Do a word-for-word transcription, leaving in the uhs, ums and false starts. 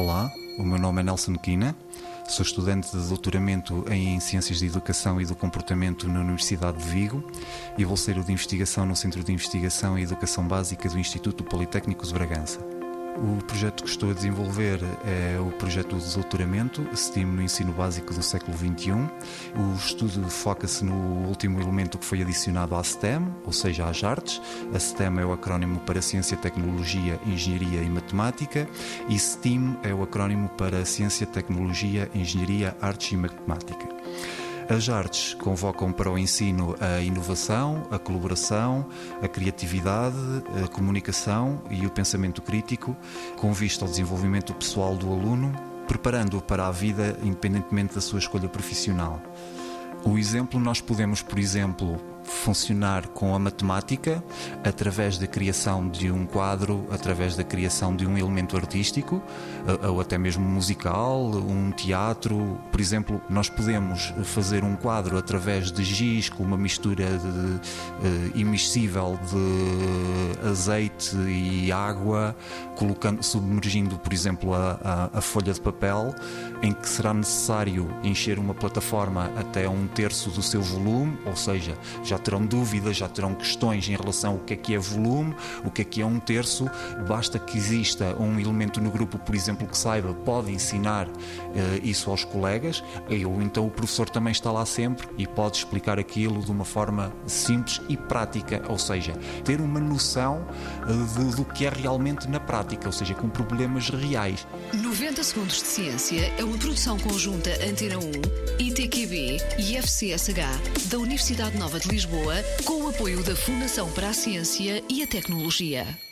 Olá, o meu nome é Nelson Quina, sou estudante de doutoramento em Ciências de Educação e do Comportamento na Universidade de Vigo e bolseiro de investigação no Centro de Investigação e Educação Básica do Instituto Politécnico de Bragança. O projeto que estou a desenvolver é o projeto de doutoramento STEAM no ensino básico do século vinte e um. O estudo foca-se no último elemento que foi adicionado à STEM, ou seja, às artes. A STEM é o acrónimo para Ciência, Tecnologia, Engenharia e Matemática e STEAM é o acrónimo para Ciência, Tecnologia, Engenharia, Artes e Matemática. As artes convocam para o ensino a inovação, a colaboração, a criatividade, a comunicação e o pensamento crítico, com vista ao desenvolvimento pessoal do aluno, preparando-o para a vida independentemente da sua escolha profissional. O exemplo, nós podemos, por exemplo, funcionar com a matemática através da criação de um quadro, através da criação de um elemento artístico ou até mesmo musical, um teatro. Por exemplo, nós podemos fazer um quadro através de giz com uma mistura de, uh, immiscível de azeite e água, colocando, submergindo, por exemplo, a, a, a folha de papel, em que será necessário encher uma plataforma até um terço do seu volume, ou seja, já terão dúvidas, já terão questões em relação ao que é que é volume, o que é que é um terço. Basta que exista um elemento no grupo, por exemplo, que saiba, pode ensinar uh, isso aos colegas, ou então o professor também está lá sempre e pode explicar aquilo de uma forma simples e prática, ou seja, ter uma noção uh, de, do que é realmente na prática, ou seja, com problemas reais. noventa Segundos de Ciência é uma produção conjunta Antena um, I T Q B e F C S H da Universidade Nova de Lisboa, com o apoio da Fundação para a Ciência e a Tecnologia.